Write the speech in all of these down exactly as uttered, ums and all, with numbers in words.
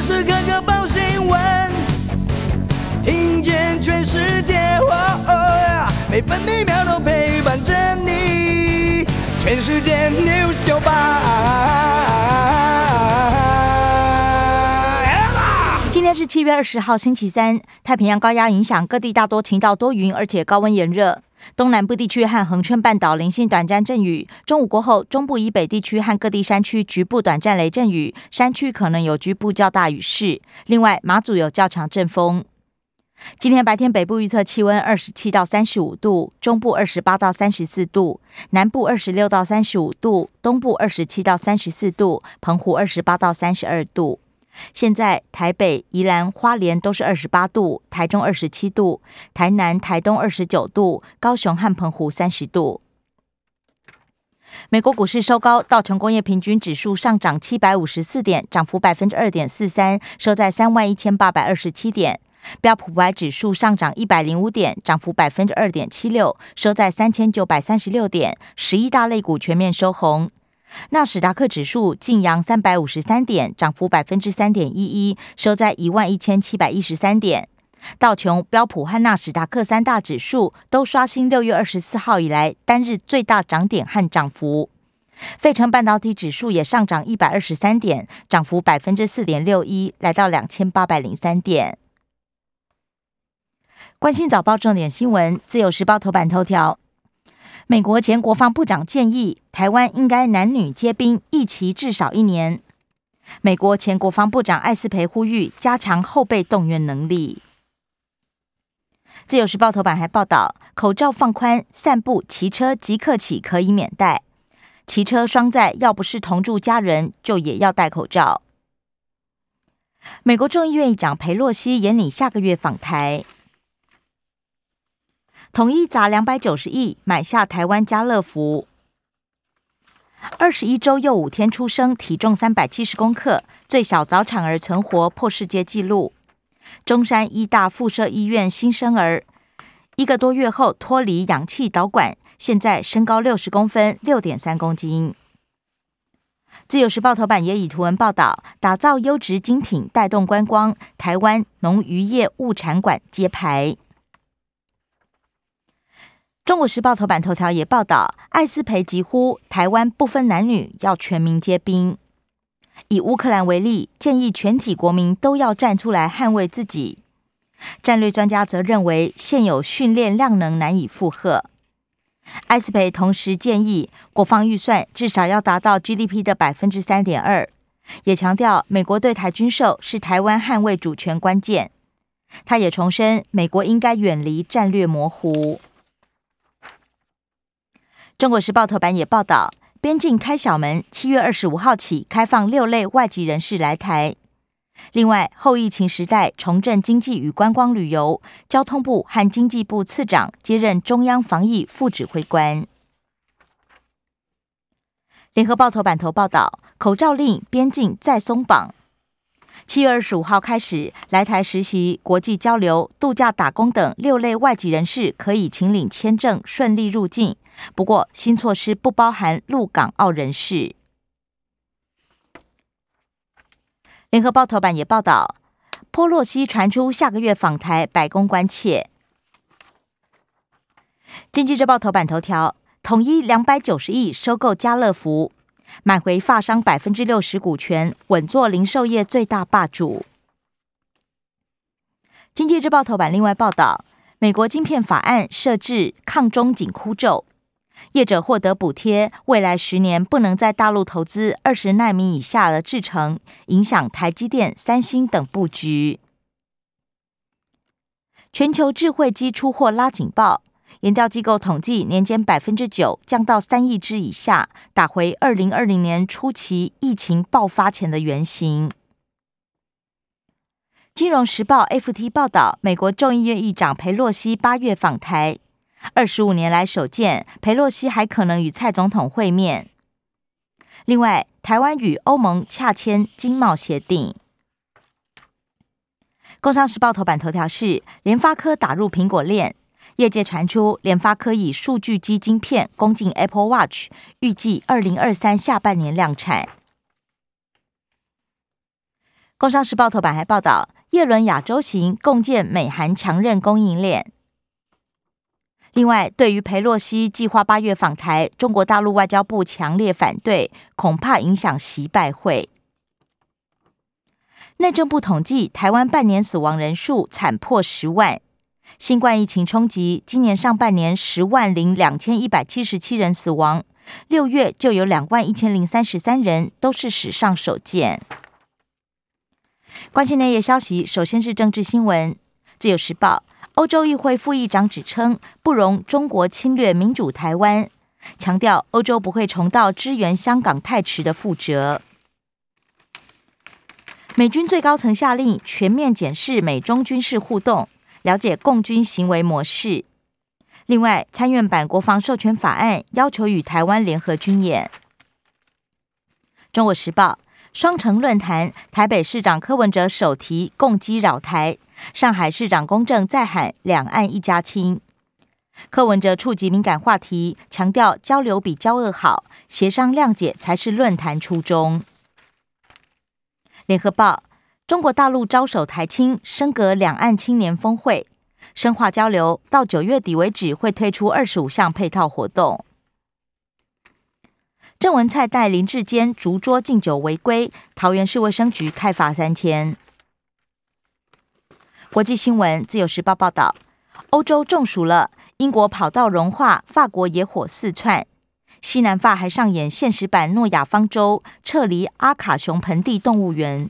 时刻刻报新闻，听见全世界，哦哦，每分每秒都陪伴着你。全世界 News 九八。 今天是七月二十号，星期三。太平洋高压影响各地大多晴到多云，而且高温炎热。东南部地区和恒春半岛零星短暂阵雨，中午过后，中部以北地区和各地山区局部短暂雷阵雨，山区可能有局部较大雨势。另外，马祖有较强阵风。今天白天北部预测气温二十七到三十五度，中部二十八到三十四度，南部二十六到三十五度，东部二十七到三十四度，澎湖二十八到三十二度。现在台北、宜兰、花莲都是二十八度，台中二十七度，台南、台东二十九度，高雄和澎湖三十度。美国股市收高，道琼工业平均指数上涨七百五十四点，涨幅百分之二点四三，收在三万一千八百二十七点。标普五百指数上涨一百零五点，涨幅百分之二点七六，收在三千九百三十六点。十一大类股全面收红。纳史达克指数净扬三百五十三点，涨幅百分之三点一一，收在一万一千七百一十三点。道琼、标普和纳史达克三大指数都刷新六月二十四号以来单日最大涨点和涨幅。费城半导体指数也上涨一百二十三点，涨幅百分之四点六一，来到两千八百零三点。关心早报重点新闻，自由时报头版头条。美国前国防部长建议，台湾应该男女皆兵，役期至少一年。美国前国防部长艾斯培呼吁加强后备动员能力。自由时报头版还报道，口罩放宽，散步、骑车即刻起可以免戴。骑车双载，要不是同住家人，就也要戴口罩。美国众议院议长裴洛西研拟下个月访台。统一砸两百九十亿买下台湾家乐福。二十一周又五天出生，体重三百七十公克，最小早产儿存活破世界纪录。中山医大附设医院新生儿，一个多月后脱离氧气导管，现在身高六十公分，六点三公斤。自由时报头版也以图文报道，打造优质精品，带动观光，台湾农渔业物产馆揭牌。中国时报头版头条也报道，艾斯培疾呼台湾不分男女要全民皆兵。以乌克兰为例，建议全体国民都要站出来捍卫自己。战略专家则认为，现有训练量能难以负荷。艾斯培同时建议，国防预算至少要达到 G D P 的百分之三点二，也强调美国对台军售是台湾捍卫主权关键。他也重申，美国应该远离战略模糊。中国时报头版也报道，边境开小门，七月二十五号起开放六类外籍人士来台。另外，后疫情时代重振经济与观光旅游，交通部和经济部次长接任中央防疫副指挥官。联合报头版头报道，口罩令边境再松绑。七月二十五号开始，来台实习、国际交流、度假打工等六类外籍人士可以请领签证，顺利入境。不过，新措施不包含陆港澳人士。联合报头版也报道，波洛西传出下个月访台，白宫关切。经济日报头版头条，统一两百九十亿收购家乐福。买回发商百分之六十股权，稳坐零售业最大霸主。经济日报头版另外报道，美国晶片法案设置抗中紧箍咒，业者获得补贴，未来十年不能在大陆投资二十奈米以下的制程，影响台积电、三星等布局。全球智慧机出货拉警报。研调机构统计，年减百分之九，降到三亿只以下，打回二零二零年初期疫情爆发前的原型。金融时报 F T 报道，美国众议院议长裴洛西八月访台，二十五年来首见，裴洛西还可能与蔡总统会面。另外，台湾与欧盟洽签经贸协定。工商时报头版头条是联发科打入苹果链。业界传出，联发科以数据基晶片攻进 Apple Watch， 预计二零二三下半年量产。 工商时报头版还报道，叶伦亚洲行共建美韩强韧供应链。另外，对于裴洛西计划八月访台，中国大陆外交部强烈反对，恐怕影响习拜会。内政部统计，台湾半年死亡人数惨破十万。新冠疫情冲击，今年上半年十万零两千一百七十七人死亡，六月就有两万一千零三十三人，都是史上首见。关心内页消息，首先是政治新闻。自由时报，欧洲议会副议长指称，不容中国侵略民主台湾，强调欧洲不会重蹈支援香港太迟的覆辙。美军最高层下令全面检视美中军事互动，了解共军行为模式。另外，参院版国防授权法案要求与台湾联合军演。中国时报，双城论坛，台北市长柯文哲首提共机扰台，上海市长龚正再喊两岸一家亲。柯文哲触及敏感话题，强调交流比交恶好，协商谅解才是论坛初衷。联合报，中国大陆招手台青，升格两岸青年峰会，深化交流，到九月底为止会推出二十五项配套活动。郑文灿带林志坚逐桌敬酒违规，桃园市卫生局开罚三千。国际新闻，自由时报报道，欧洲中暑了，英国跑道融化，法国野火四窜。西南法还上演现实版诺亚方舟，撤离阿卡熊盆地动物园。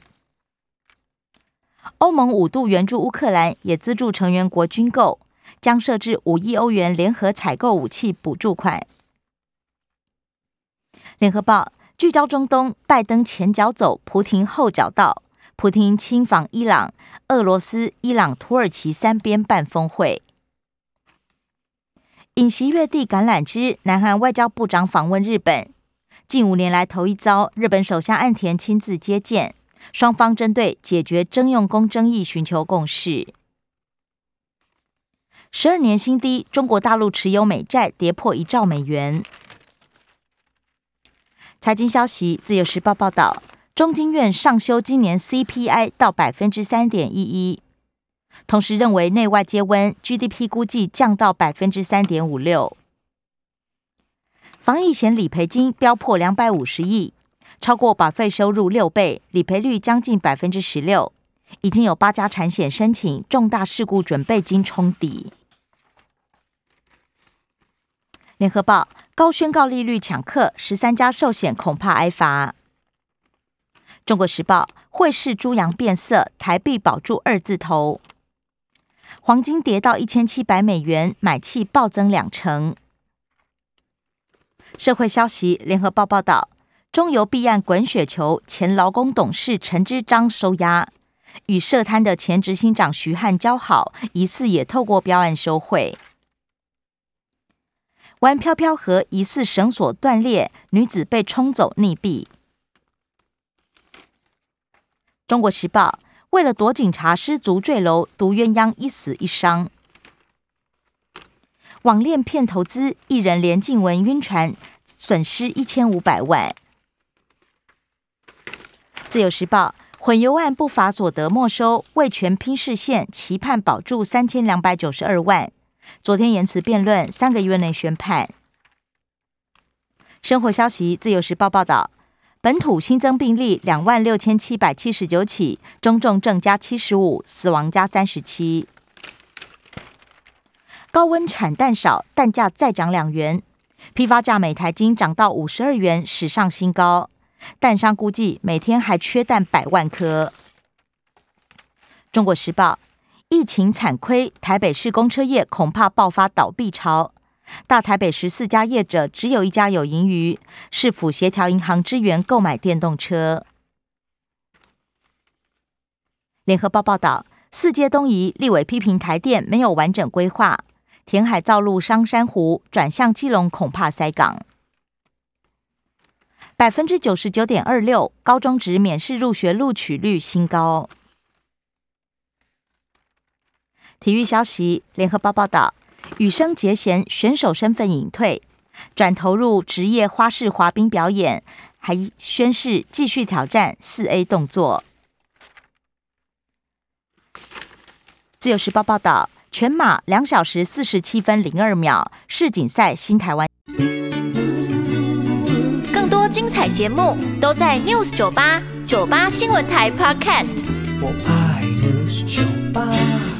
欧盟五度援助乌克兰，也资助成员国军购，将设置五亿欧元联合采购武器补助款。联合报聚焦中东，拜登前脚走，普廷后脚到。普廷亲访伊朗，俄罗斯、伊朗、土耳其三边办峰会。尹锡悦递橄榄枝，南韩外交部长访问日本，近五年来头一遭，日本首相岸田亲自接见，双方针对解决征用工争议寻求共识。十二年新低，中国大陆持有美债跌破一兆美元。财经消息，自由时报报道，中经院上修今年 C P I 到 百分之三点一一。同时认为内外接温 ，G D P 估计降到 百分之三点五六。防疫险理赔金飙破两百五十亿，超过保费收入六倍，理赔率将近 百分之十六。已经有八家产险申请重大事故准备金冲抵。联合报，高宣告利率抢客，十三家寿险恐怕挨罚。中国时报，汇市猪羊变色，台币保住二字头。黄金跌到一千七百美元，买气暴增两成。社会消息，联合报报道，中油弊案滚雪球，前劳工董事陈之章收押，与涉贪的前执行长徐汉交好，疑似也透过标案收贿。玩飘飘河疑似绳索断裂，女子被冲走溺毙。中国时报，为了躲警察失足坠楼，毒鸳鸯一死一伤。网恋骗投资，艺人连静雯晕船，损失一千五百万。自由时报，混油案不法所得没收，味全拼市县期盼保住三千两百九十二万。昨天言辞辩论，三个月内宣判。生活消息，自由时报报道，本土新增病例两万六千七百七十九起，中重症加七十五，死亡加三十七。高温产蛋少，蛋价再涨两元，批发价每台斤涨到五十二元，史上新高。蛋商估计每天还缺蛋百万颗。中国时报，疫情惨亏，台北市公车业恐怕爆发倒闭潮。大台北十四家业者只有一家有盈余，市府协调银行支援购买电动车。联合报报道，四街东移，立委批评台电没有完整规划，填海造陆商山湖，转向基隆恐怕塞港。百分之九十九点二六，高中职免试入学录取率新高。体育消息，联合报报道，羽生结弦选手身份隐退，转投入职业花式滑冰表演，还宣誓继续挑战四 A 动作。 自由时报报道，全马两小时四十七分零二秒，世锦赛新台湾。 更多精彩节目都在 News 九八九八新闻台 Podcast。 我爱 News 九八。